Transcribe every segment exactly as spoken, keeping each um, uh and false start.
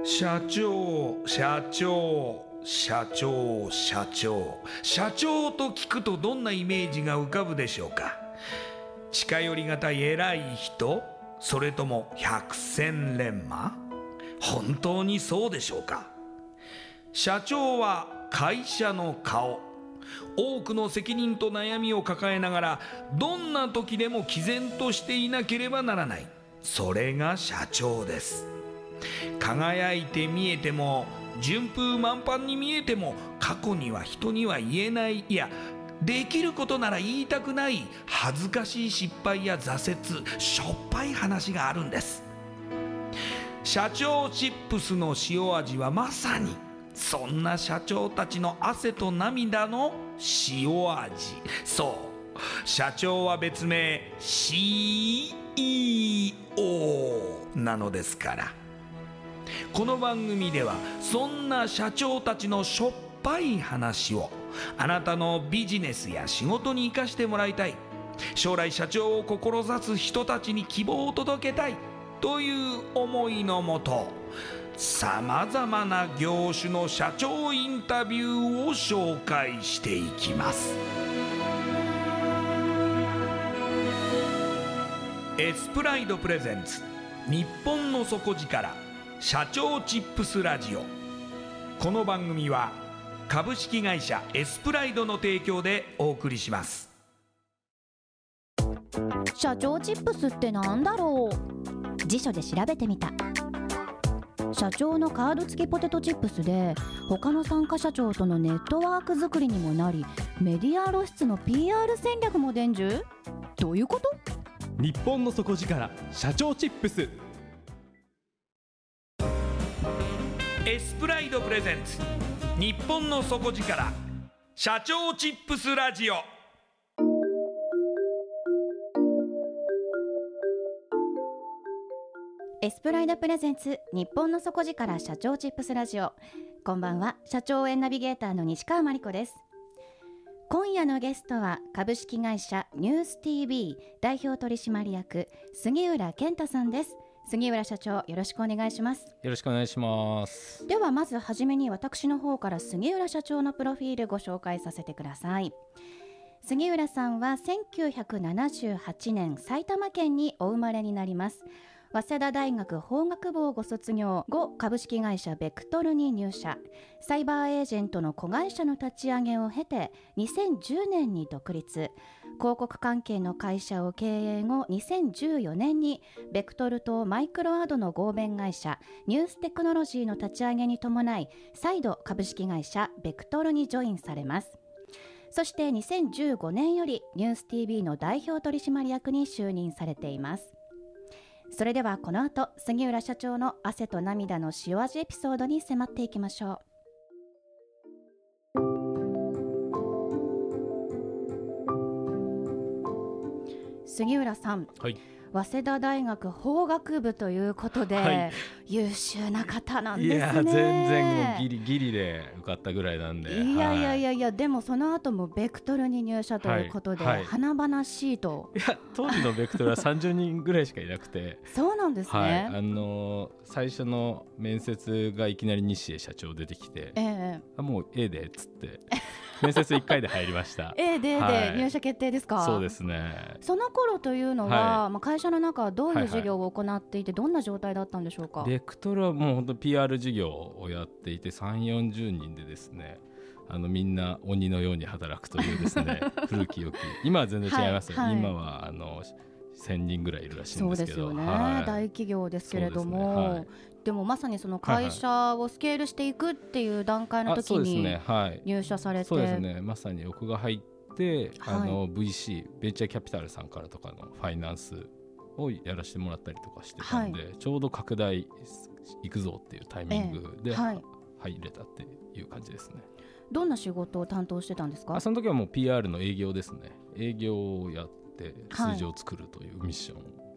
社長社長社長社長社長と聞くとどんなイメージが浮かぶでしょうか。近寄りがたい偉い人、それとも百戦錬磨。本当にそうでしょうか。社長は会社の顔、多くの責任と悩みを抱えながらどんな時でも毅然としていなければならない、それが社長です。輝いて見えても順風満帆に見えても、過去には人には言えない、いやできることなら言いたくない恥ずかしい失敗や挫折、しょっぱい話があるんです。社長チップスの塩味はまさにそんな社長たちの汗と涙の塩味。そう社長は別名 シーイーオー なのですから。この番組ではそんな社長たちのしょっぱい話をあなたのビジネスや仕事に生かしてもらいたい、将来社長を志す人たちに希望を届けたいという思いのもと、さまざまな業種の社長インタビューを紹介していきます。エスプライドプレゼンツ日本の底力社長チップスラジオ。この番組は株式会社エスプライドの提供でお送りします。 社長チップスってなんだろう。辞書で調べてみた。社長のカード付きポテトチップスで、他の参加社長とのネットワーク作りにもなり、メディア露出の ピーアール 戦略も伝授。どういうこと？ 日本の底力社長チップス。 エスプライドプレゼンツ日本の底力社長チップスラジオ。 エスプライドプレゼンツ日本の底力社長チップスラジオ。こんばんは、社長応援ナビゲーターの西川真理子です。今夜のゲストは株式会社ニュース ティービー 代表取締役杉浦健太さんです。杉浦社長、よろしくお願いします。 よろしくお願いします。 ではまずはじめに私の方から杉浦社長のプロフィールご紹介させてください。杉浦さんはせんきゅうひゃくななじゅうはちねん埼玉県にお生まれになります。早稲田大学法学部をご卒業後、株式会社ベクトルに入社、サイバーエージェントの子会社の立ち上げを経てにせんじゅうねんに独立、広告関係の会社を経営後にせんじゅうよねんにベクトルとマイクロアドの合弁会社ニューステクノロジーの立ち上げに伴い、再度株式会社ベクトルにジョインされます。そしてにせんじゅうごねんよりニュース ティービー の代表取締役に就任されています。それではこの後、杉浦社長の汗と涙の塩味エピソードに迫っていきましょう。杉浦さん、 はい、 早稲田大学法学部ということで、はい、優秀な方なんですね。 いや全然もうギリギリで受かったぐらいなんで。 いやいやいやいや、はい、でもその後もベクトルに入社ということで、はいはい、華々しいと。 いや当時のベクトルはさんじゅうにんぐらいしかいなくてそうなんですね、 はい、あのー、最初の面接がいきなり西江社長出てきて、 ええ、 あもう A でっつって面接いっかいで入りました。 A で、 はい、 で入社決定ですか？ そうですね。 その頃というのは、 はい、 まあ、会社の中はどういう事業を行っていて、はいはい、どんな状態だったんでしょうか？ ベクトルはもう本当 ピーアール 事業をやっていてさんじゅうよんじゅうにんでですね、あのみんな鬼のように働くというですね古き良き、今は全然違いますよ、はいはい、今はあのせんにんぐらいいるらしいんですけど。 そうですよね、はい、大企業ですけれども、で、ねはい、でもまさにその会社をスケールしていくっていう段階の時に入社されて、 そうですね、まさに僕が入って、はい、あの ブイシー ベンチャーキャピタルさんからとかのファイナンスをやらせてもらったりとかしてたんで、はい、ちょうど拡大いくぞっていうタイミングで、ええはい、入れたっていう感じですね。 どんな仕事を担当してたんですか？ あその時はもう ピーアール の営業ですね。営業をやって数字を作るというミッションを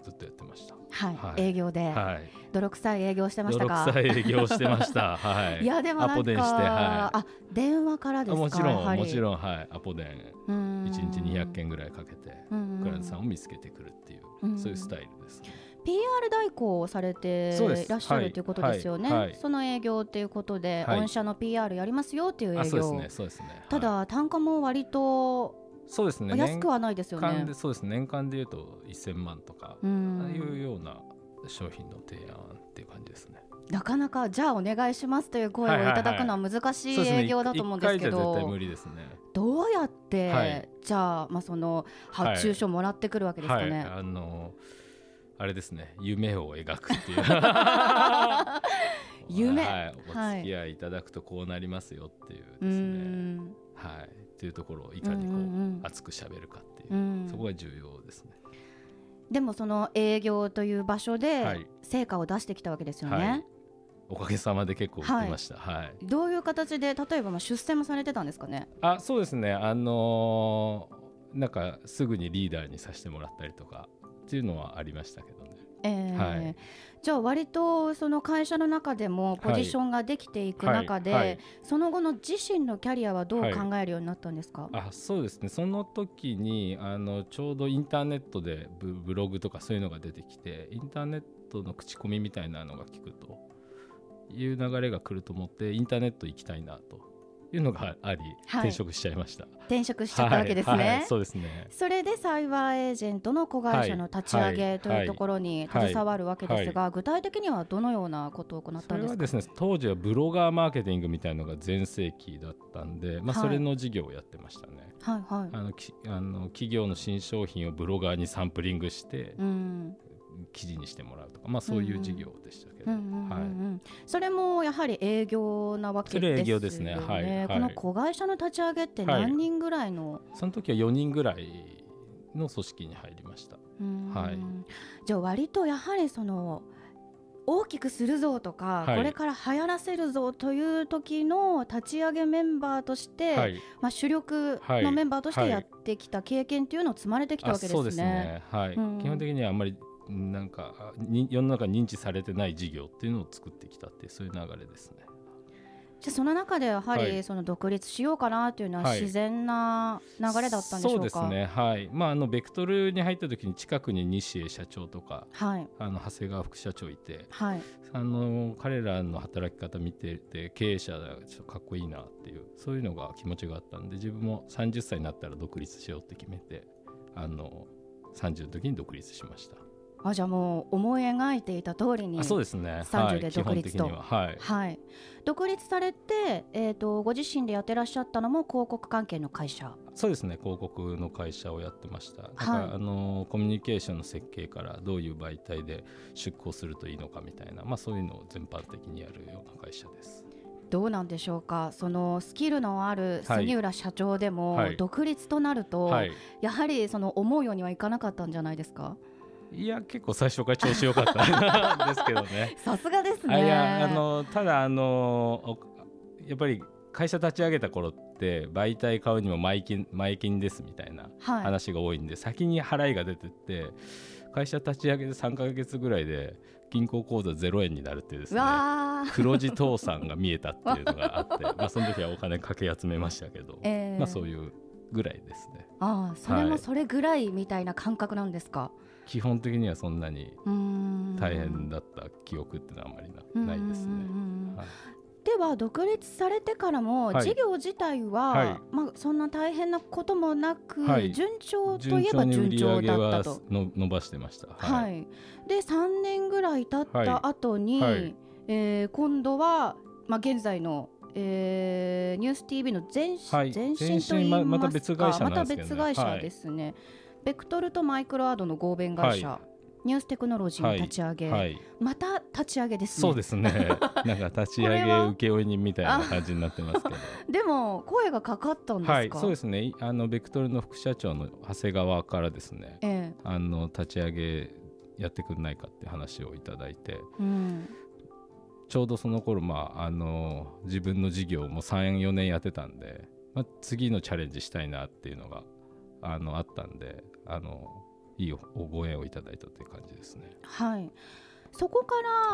ずっとやってました。 はいはい、 営業で、はい、泥臭い営業してましたか？ 泥臭い営業してました。はい。 いやでもなんかアポ電して、はい、 あ電話からですか？ もちろんもちろん、はい、アポ電いちにちにひゃっけんぐらいかけてクライアントさんを見つけてくるっていう、そういうスタイルですね。 ピーアール 代行をされていらっしゃるということですよね。はいはいはい、その営業ということで、はい、御社の ピーアール やりますよっていう営業。 そうですね、そうですね。 ただ、はい、単価も割とそうですね、 安くはないですよね。 年間でそうですね、年間でいうとせんまんとかああいうような商品の提案っていう感じですね。 なかなかじゃあお願いしますという声をいただくのは難しい営業だと思うんですけど、 いっかいじゃ絶対無理ですね。 どうやって、はい、じゃあ、まあ、その発注書もらってくるわけですかね。 はいはい、あのあれですね、夢を描くっていう夢、 はい、お付き合いいただくとこうなりますよっていうですね、うんはい、っていうところをいかにこう熱くしゃべるかっていう、うんうん、そこが重要ですね。 でもその営業という場所で成果を出してきたわけですよね。はいはい、 おかげさまで結構売ってました。はいはい、 どういう形で例えばまあ出世もされてたんですかね。 あ、そうですね、あのー、なんかすぐにリーダーにさせてもらったりとかっていうのはありましたけどね。 えーはい、じゃあ割とその会社の中でもポジションができていく中で、はいはいはい、その後の自身のキャリアはどう考えるようになったんですか？はい、 あそうですね、その時にあのちょうどインターネットで ブ, ブログとかそういうのが出てきて、インターネットの口コミみたいなのが聞くという流れが来ると思ってインターネット行きたいなというのがあり、はい、転職しちゃいました。 転職しちゃったわけですね。はいはい、 そうですね。 それでサイバーエージェントの子会社の立ち上げというところに携わるわけですが、はいはい、具体的にはどのようなことを行ったんですか？それはですね、 当時はブロガーマーケティングみたいなのが全盛期だったんで、まあ、それの事業をやってましたね。はいはい、あのきあの企業の新商品をブロガーにサンプリングして、うん記事にしてもらうとか、まあ、そういう事業でしたけど、 それもやはり営業なわけですよね。それ営業ですね。はいはい、この子会社の立ち上げって何人ぐらいの、はい、 その時はよにんぐらいの組織に入りました。はい、 じゃあ割とやはりその大きくするぞとか、はい、これから流行らせるぞという時の立ち上げメンバーとして、はい、まあ、主力のメンバーとしてやってきた経験っていうのを積まれてきたわけですね。 そうですね、はい、うん、基本的にはあんまりなんか世の中に認知されてない事業っていうのを作ってきたっていう、そういう流れですね。 じゃあその中でやはりその独立しようかなというのは自然な流れだったんでしょうか？はい、 そうですね、はい、まあ、あのベクトルに入った時に近くに西江社長とか、はい、あの長谷川副社長いて、はい、あの彼らの働き方見てて経営者がちょっとかっこいいなっていう、そういうのが気持ちがあったんで、自分もさんじゅっさいになったら独立しようって決めて、あのさんじゅうの時に独立しました。 あ、じゃあもう思い描いていた通りにそうですね、 さんじゅうで独立と、 はい、はいはい、独立されて、えーと、ご自身でやってらっしゃったのも広告関係の会社？ そうですね、広告の会社をやってました。だから、はい、あのコミュニケーションの設計からどういう媒体で出向するといいのかみたいな、まあ、そういうのを全般的にやるような会社です。 どうなんでしょうか、そのスキルのある杉浦社長でも、はい、独立となると、はい、やはりその思うようにはいかなかったんじゃないですか？ いや、結構最初から調子良かったんですけどね。 さすがですね。 いや、あのただあのやっぱり会社立ち上げた頃って媒体買うにも前金、前金ですみたいな話が多いんで、はい、先に払いが出てって会社立ち上げてさんかげつぐらいで銀行口座ゼロえんになるっていうですね、黒字倒産が見えたっていうのがあってまあその時はお金かけ集めましたけど、えーまあ、そういうぐらいですね。 ああ、それもそれぐらいみたいな感覚なんですか？はい、 基本的にはそんなに大変だった記憶ってのはあんまり な, ないですね。はい、 では独立されてからも事業自体は、はい、まあ、そんな大変なこともなく、はい、順調といえば順調だったと。 順調に売り上げはの伸ばしてました。 はいはい、でさんねんぐらい経った後に、はいはい、えー、今度は、まあ、現在のえー、ニュース ティーブイ の前、はい、前身といいますか、ま、 また別会社なんですけどね、 また別会社ですね。はい、ベクトルとマイクロアードの合弁会社、はい、ニューステクノロジーの立ち上げ、はいはい、また立ち上げですね。 そうですねなんか立ち上げ請負人みたいな感じになってますけどでも声がかかったんですか？はい、 そうですね、あのベクトルの副社長の長谷川からですね、えー、あの立ち上げやってくれないかって話をいただいて、うん、ちょうどその頃、まあ、あの自分の事業もさん、よねんやってたんで、まあ、次のチャレンジしたいなっていうのが あのあったんで、あのいいご縁をいただいたという感じですね。 はい、そこから、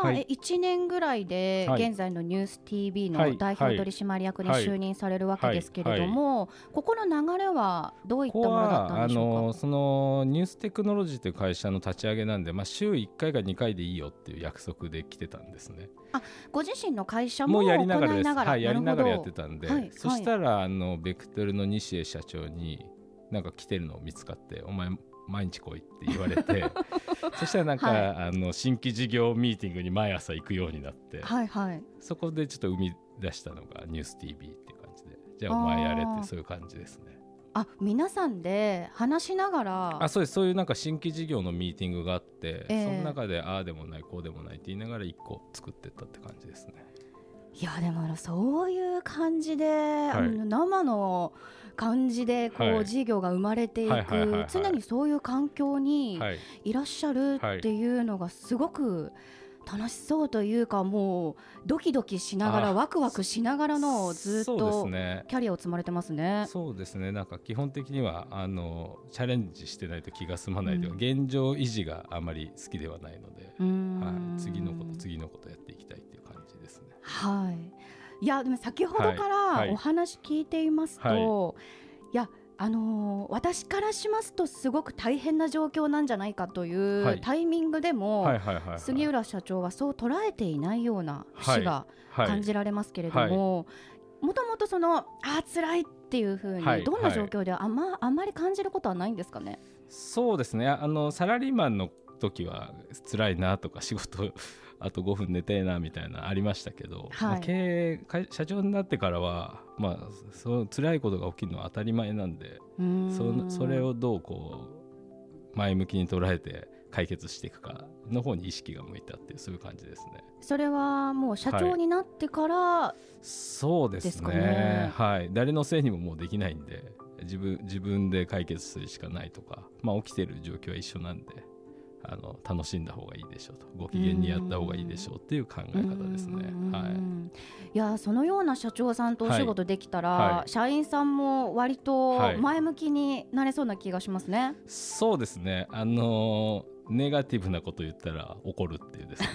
はい、えいちねんぐらいで現在のニュース ティービー の代表取締役に就任されるわけですけれども、はいはいはい、ここの流れはどういったものだったんでしょうか。 ここはあのそのニューステクノロジーという会社の立ち上げなんで、まあ、週いっかいかにかいでいいよっていう約束で来てたんですね。 あ、ご自身の会社も行いながらです、 はい、やりながらやってたんで、はい、そしたらあのベクトルの西江社長になんか来てるのを見つかって、お前毎日来いって言われてそしたらなんか、はい、あの新規事業ミーティングに毎朝行くようになって、はいはい、そこでちょっと生み出したのがニュース ティービー っていう感じで、じゃあお前やれってそういう感じですね。 あ、皆さんで話しながら。 あ、そうです。そういうなんか新規事業のミーティングがあって、えー、その中でああでもないこうでもないって言いながらいっこ作ってったって感じですね。 いやでもそういう感じで、はい、生の感じでこう、はい、事業が生まれていく、はいはいはいはい、常にそういう環境にいらっしゃるっていうのがすごく楽しそうというか、もうドキドキしながらワクワクしながらのずっとキャリアを積まれてますね。 そうですね。なんか基本的にはあのチャレンジしてないと気が済まないというか、うん、現状維持があまり好きではないので、はい、次のこと次のことやっていきたいっていう感じですね。 はい。いやでも先ほどからお話聞いていますと、はいはい、いやあのー、私からしますとすごく大変な状況なんじゃないかというタイミングでも杉浦社長はそう捉えていないような節が感じられますけれども、もともとそのあー辛いっていうふうにどんな状況ではあんま、あんまり感じることはないんですかね。 そうですね。あのサラリーマンの時は辛いなとか仕事あとごふん寝てえなみたいなありましたけど、はい、まあ、経営社長になってからは、まあ、その辛いことが起きるのは当たり前なんで、そ, それをどうこう前向きに捉えて解決していくかの方に意識が向いたっていう、そういう感じですね。 それはもう社長になってから、はい、 そうですね、はい、誰のせいにももうできないんで、自分、自分で解決するしかないとか、まあ、起きてる状況は一緒なんで、あの楽しんだ方がいいでしょうと、ご機嫌にやった方がいいでしょうっていう考え方ですね。はい、 いやそのような社長さんとお仕事できたら、はいはい、社員さんも割と前向きになれそうな気がしますね。はい、 そうですね。あのー、ネガティブなこと言ったら怒るっていうですね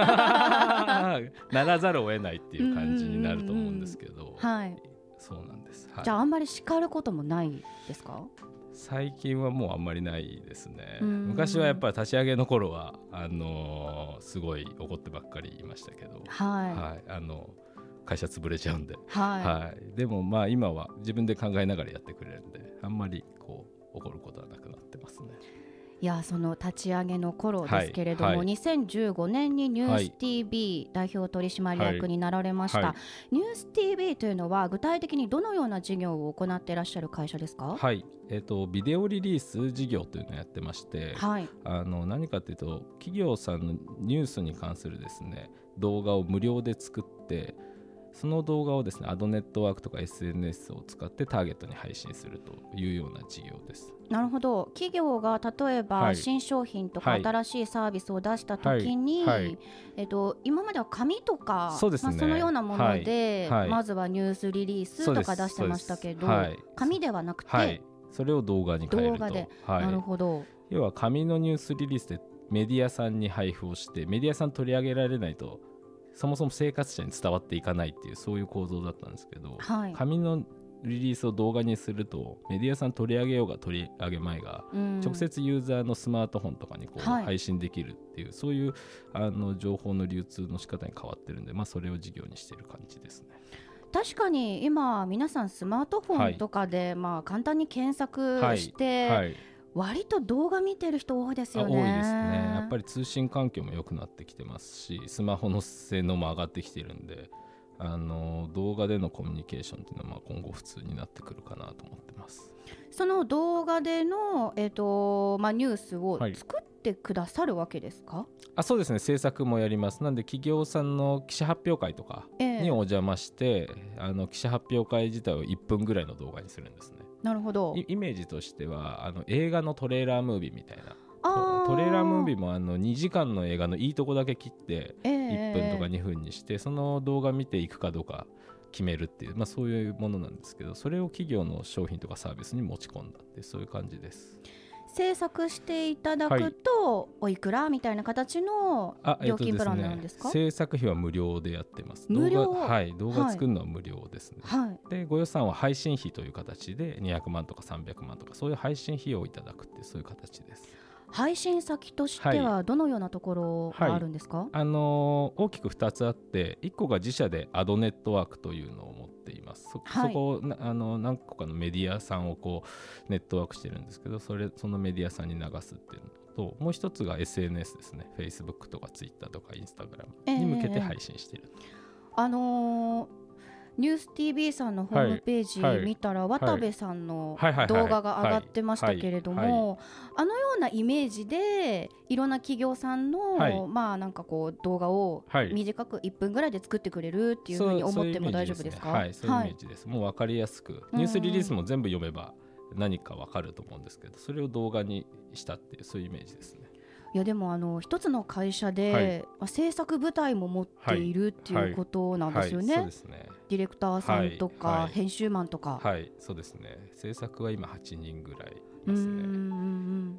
ならざるを得ないっていう感じになると思うんですけど、はい、そうなんです。はい、 じゃああんまり叱ることもないですか。 最近はもうあんまりないですね。昔はやっぱり立ち上げの頃はあのー、すごい怒ってばっかりいましたけど、はいはい、あの会社潰れちゃうんで、はいはい、でもまあ今は自分で考えながらやってくれるんで、あんまりこう怒ることはなくなってますね。 いやその立ち上げの頃ですけれども、はいはい、にせんじゅうごねんにニュース ティービー、はい、代表取締役になられました、はいはい、ニュース ティービー というのは具体的にどのような事業を行っていらっしゃる会社ですか。 はい、えーと、ビデオリリース事業というのをやってまして、はい、あの何かというと企業さんのニュースに関するですね動画を無料で作って、その動画をですねアドネットワークとか エスエヌエス を使ってターゲットに配信するというような事業です。 なるほど。企業が例えば新商品とか新しいサービスを出したときに、はいはいはい、えっと、今までは紙とか そ,、ねまあ、そのようなもので、はいはい、まずはニュースリリースとか出してましたけど、はい、紙ではなくて、はい、 それを動画に変えると。動画で、 はい、 なるほど。 要は紙のニュースリリースでメディアさんに配布をして、メディアさん取り上げられないとそもそも生活者に伝わっていかないっていう、そういう構造だったんですけど、はい、紙のリリースを動画にするとメディアさん取り上げようが取り上げまいが、うん、直接ユーザーのスマートフォンとかにこう配信できるっていう、はい、そういうあの情報の流通の仕方に変わってるんで、まあ、それを事業にしている感じですね。 確かに今皆さんスマートフォンとかで、はい、まあ、簡単に検索して、はいはい、割と動画見てる人多いですよね。 多いですね。やっぱり通信環境も良くなってきてますし、スマホの性能も上がってきてるんで、あの動画でのコミュニケーションというのはまあ今後普通になってくるかなと思ってます。 その動画での、えーとまあ、ニュースを作ってくださるわけですか。はい、 あそうですね、制作もやります。なんで企業さんの記者発表会とかにお邪魔して、えー、あの記者発表会自体をいっぷんぐらいの動画にするんですね。 なるほど。 イメージとしてはあの映画のトレーラームービーみたいな、トレーラームービーもあのにじかんの映画のいいとこだけ切っていっぷんとかにふんにして、えー、その動画見ていくかどうか決めるっていう、まあ、そういうものなんですけど、それを企業の商品とかサービスに持ち込んだって、そういう感じです。 制作していただくとおいくらみたいな形の料金プランなんですか？ あ、えっとですね、制作費は無料でやってます。 無料、 動画、はい、動画作るのは無料ですね、 はい、 でご予算は配信費という形でにひゃくまんとかさんびゃくまんとかそういう配信費用をいただくっていうそういう形です。 配信先としてはどのようなところがあるんですか？はい、 あのー、大きくふたつあって、いっこが自社でアドネットワークというのを持っています。 そ, はい、 そこなあの何個かのメディアさんをこうネットワークしてるんですけど、それそのメディアさんに流すっていうのと、もう一つが エスエヌエス ですね。 Facebook とか Twitter とか Instagram に向けて配信している、えー、 あのーニュース ティービー さんのホームページ見たら、はい、渡部さんの動画が上がってましたけれども、あのようなイメージでいろんな企業さんの、はい、まあなんかこう動画を短くいっぷんぐらいで作ってくれるっていうふうに思っても大丈夫ですか？ はい、そういうイメージです。もう分かりやすくニュースリリースも全部読めば何か分かると思うんですけど、それを動画にしたっていうそういうイメージですね。 いやでもあの一つの会社で、はい、制作部隊も持っているっていうことなんですよね。 はいはいはい、そうですね。 ディレクターさんとか、はいはい、編集マンとか、 はい、そうですね。制作は今はちにんぐらいいますね。うんうん、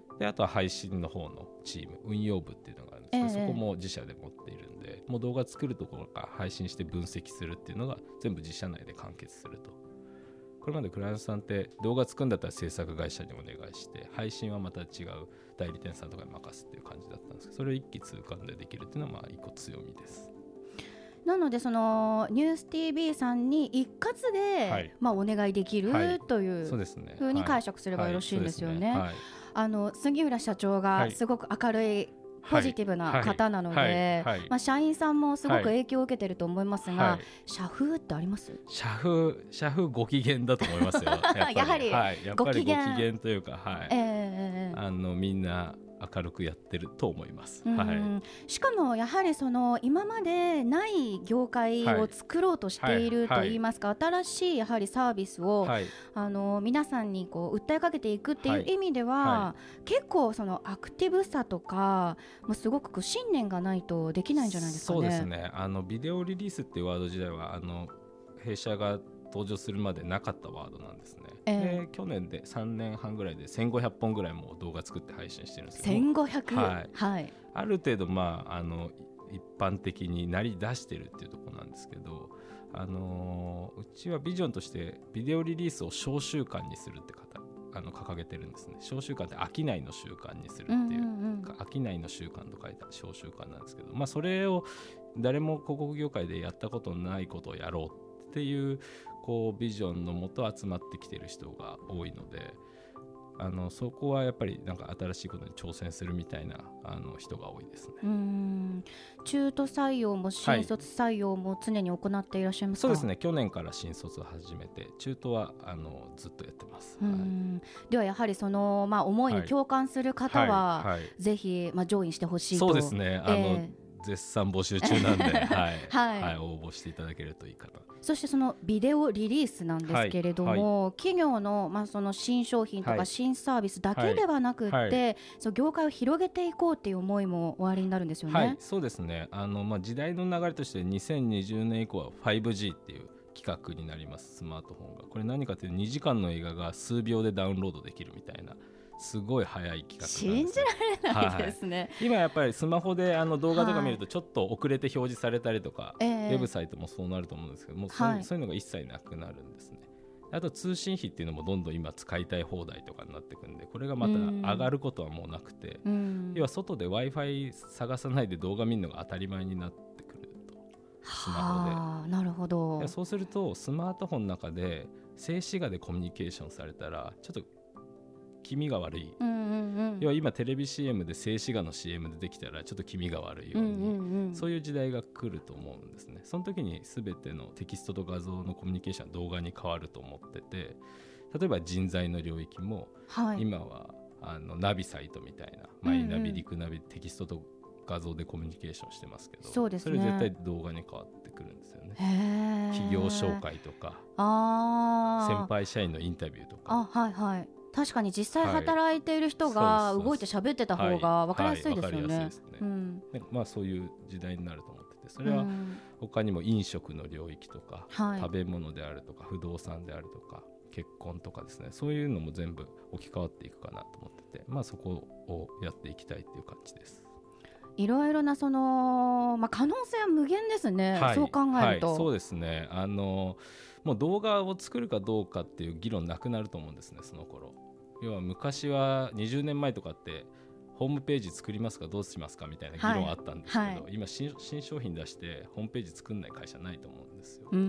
であとは配信の方のチーム運用部っていうのがあるんですけど、えー、そこも自社で持っているんで、もう動画作るところから配信して分析するっていうのが全部自社内で完結すると。これまでクライアントさんって動画作るんだったら制作会社にお願いして、配信はまた違う代理店さんとかに任すっていう感じだったんですけど、それを一気通貫でできるっていうのはまあ一個強みです。 なのでそのニュース ティービー さんに一括で、はい、まあ、お願いできる、はい、というふうに解釈すればよろしいんですよね。あの杉浦社長がすごく明るいポジティブな方なので、まあ、社員さんもすごく影響を受けてると思いますが、はい、社風ってあります？ 社風、社風ご機嫌だと思いますよ。やっぱりやはり、 はい、やっぱりご機嫌というか、はい、 えー、 あのみんな明るくやってると思います、 うん、はい、しかもやはりその今までない業界を作ろうとしているといいますか、はいはいはい、新しいやはりサービスを、はい、あの皆さんにこう訴えかけていくっていう意味では、はいはい、結構そのアクティブさとかもすごくこう信念がないとできないんじゃないですかね。 そうですね。あのビデオリリースっていうワード自体はあの弊社が登場するまでなかったワードなんですね。えー、で去年でさんねんはんぐらいでせんごひゃっぽんぐらいもう動画作って配信してるんですけど、 せんごひゃく、 はいはい、 ある程度、まあ、あの一般的になり出してるっていうところなんですけど、あのー、うちはビジョンとしてビデオリリースを小習慣にするって方あの掲げてるんですね。小習慣って飽きないの習慣にするっていう、うんうんうん、飽きないの習慣と書いた小習慣なんですけど、まあ、それを誰も広告業界でやったことないことをやろうっていうこうビジョンのもと集まってきてる人が多いので、あのそこはやっぱりなんか新しいことに挑戦するみたいなあの人が多いですね。 うーん、中途採用も新卒採用も常に行っていらっしゃいますか？ はい、そうですね。去年から新卒を始めて中途はあのずっとやってます。 うーん、はい、ではやはりその、まあ、思いに共感する方は、はいはいはい、ぜひ、まあ、上位してほしいと。 そうですね。あの、えー絶賛募集中なんで、はいはいはい、応募していただけるといいかな。 そしてそのビデオリリースなんですけれども、はいはい、企業の、まあ、その新商品とか新サービスだけではなくって、はいはい、その業界を広げていこうっていう思いもおありになるんですよね。 はい、そうですね。あの、まあ、時代の流れとしてにせんにじゅうねん以降は ファイブジー っていう企画になります。スマートフォンがこれ何かというとにじかんの映画が数秒でダウンロードできるみたいなすごい早い企画なんです。 信じられないですね。 はい、今やっぱりスマホであの動画とか見るとちょっと遅れて表示されたりとか、はい、ウェブサイトもそうなると思うんですけども、そういう、はい、そういうのが一切なくなるんですね。あと通信費っていうのもどんどん今使いたい放題とかになってくるんで、これがまた上がることはもうなくて、要は外で Wi-Fi 探さないで動画見るのが当たり前になってくると、スマホで。 なるほど。 そうするとスマートフォンの中で静止画でコミュニケーションされたらちょっと気味が悪い、うんうんうん、要は今テレビ シーエム で静止画の シーエム でできたらちょっと気味が悪いように、うんうんうん、そういう時代が来ると思うんですね。その時に全てのテキストと画像のコミュニケーションは動画に変わると思ってて、例えば人材の領域も、はい、今はあのナビサイトみたいなマイナビ、陸ナビテキストと画像でコミュニケーションしてますけど、 そうですね、 それ絶対動画に変わってくるんですよね。企業紹介とかあ先輩社員のインタビューとか、 あ、はいはい、確かに実際働いている人が動いて喋ってた方が分かりやすいですよね。 そういう時代になると思ってて、それは他にも飲食の領域とか、はい、食べ物であるとか不動産であるとか結婚とかですね、そういうのも全部置き換わっていくかなと思ってて、まあ、そこをやっていきたいっていう感じです。 いろいろなその、まあ、可能性は無限ですね、はい、そう考えると、 はい、そうですね。あのもう動画を作るかどうかっていう議論なくなると思うんですね、その頃。要は昔はにじゅうねんまえとかってホームページ作りますかどうしますかみたいな議論あったんですけど、はいはい、今 新, 新商品出してホームページ作んない会社ないと思うんですよ、うんうんうん、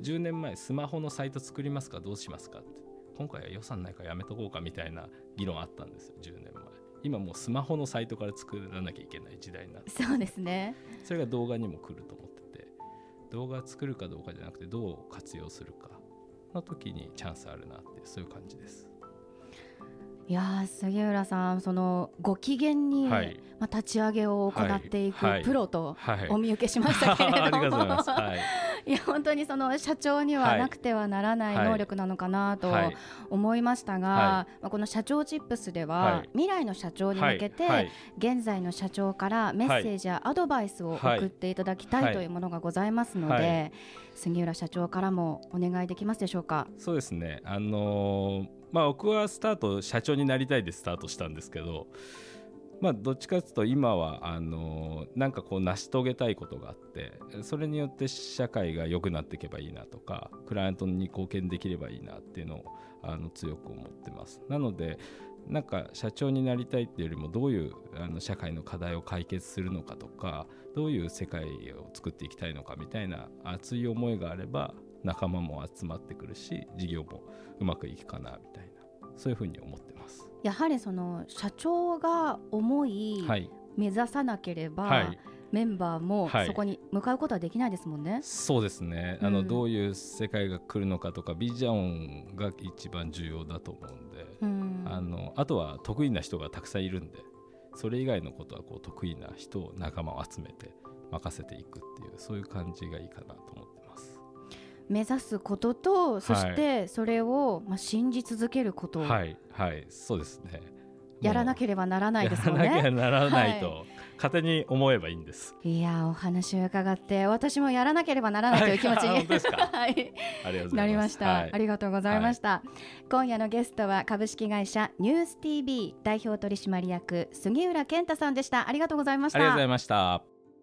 じゅうねんまえスマホのサイト作りますかどうしますかって、今回は予算ないからやめとこうかみたいな議論あったんですよ、じゅうねんまえ。今もうスマホのサイトから作らなきゃいけない時代になって、 そうですね。 それが動画にも来ると思ってて、動画作るかどうかじゃなくてどう活用するかの時にチャンスあるなっていう、そういう感じです。 いや杉浦さん、そのご機嫌に、はい、まあ、立ち上げを行っていくプロとお見受けしましたけれども、はいはい、ありがとうございます、はい、いや本当にその社長にはなくてはならない能力なのかなと思いましたが、はいはい、まあ、この社長チップスでは、はい、未来の社長に向けて、はい、現在の社長からメッセージやアドバイスを送っていただきたいというものがございますので、はいはい、杉浦社長からもお願いできますでしょうか。 そうですね、あのーまあ、僕はスタート社長になりたいでスタートしたんですけど、まあ、どっちかというと今はあのなんかこう成し遂げたいことがあって、それによって社会が良くなっていけばいいなとか、クライアントに貢献できればいいなっていうのをあの強く思ってます。なのでなんか社長になりたいっていうよりも、どういうあの社会の課題を解決するのかとか、どういう世界を作っていきたいのかみたいな熱い思いがあれば、仲間も集まってくるし、事業もうまくいくかなみたいな、そういうふうに思ってます。 やはりその社長が思い、はい、目指さなければ、はい、メンバーもそこに向かうことはできないですもんね、はい、 そうですね、あの、うん、どういう世界が来るのかとかビジョンが一番重要だと思うんで、うん、あのあとは得意な人がたくさんいるんで、それ以外のことはこう得意な人を仲間を集めて任せていくっていう、そういう感じがいいかなと思ってます。 目指すことと、そしてそれをまあ信じ続けること、 はいはい、そうですね、 やらなければならないですもんね。 やらなきゃならないと、はい、勝手に思えばいいんです。 いやお話を伺って私もやらなければならないという気持ちに、はい、 ですか、はい、ありがとうございます。 なりました、はい、ありがとうございました、はい、今夜のゲストは株式会社ニュース ティービー 代表取締役杉浦健太さんでした。ありがとうございました。 ありがとうございました。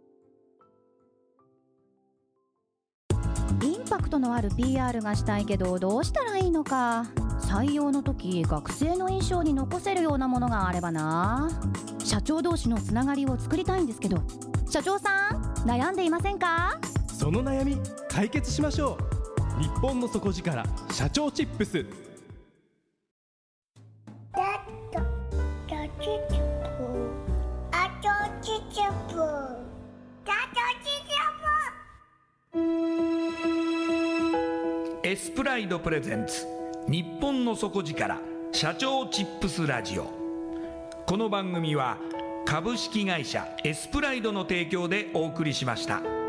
インパクトのある ピーアール がしたいけどどうしたらいいのか。採用の時学生の印象に残せるようなものがあればな。社長同士のつながりを作りたいんですけど、社長さん悩んでいませんか？ その悩み解決しましょう。日本の底力社長チップス。 エスプライドプレゼンツ日本の底力社長チップスラジオ。この番組は株式会社エスプライドの提供でお送りしました。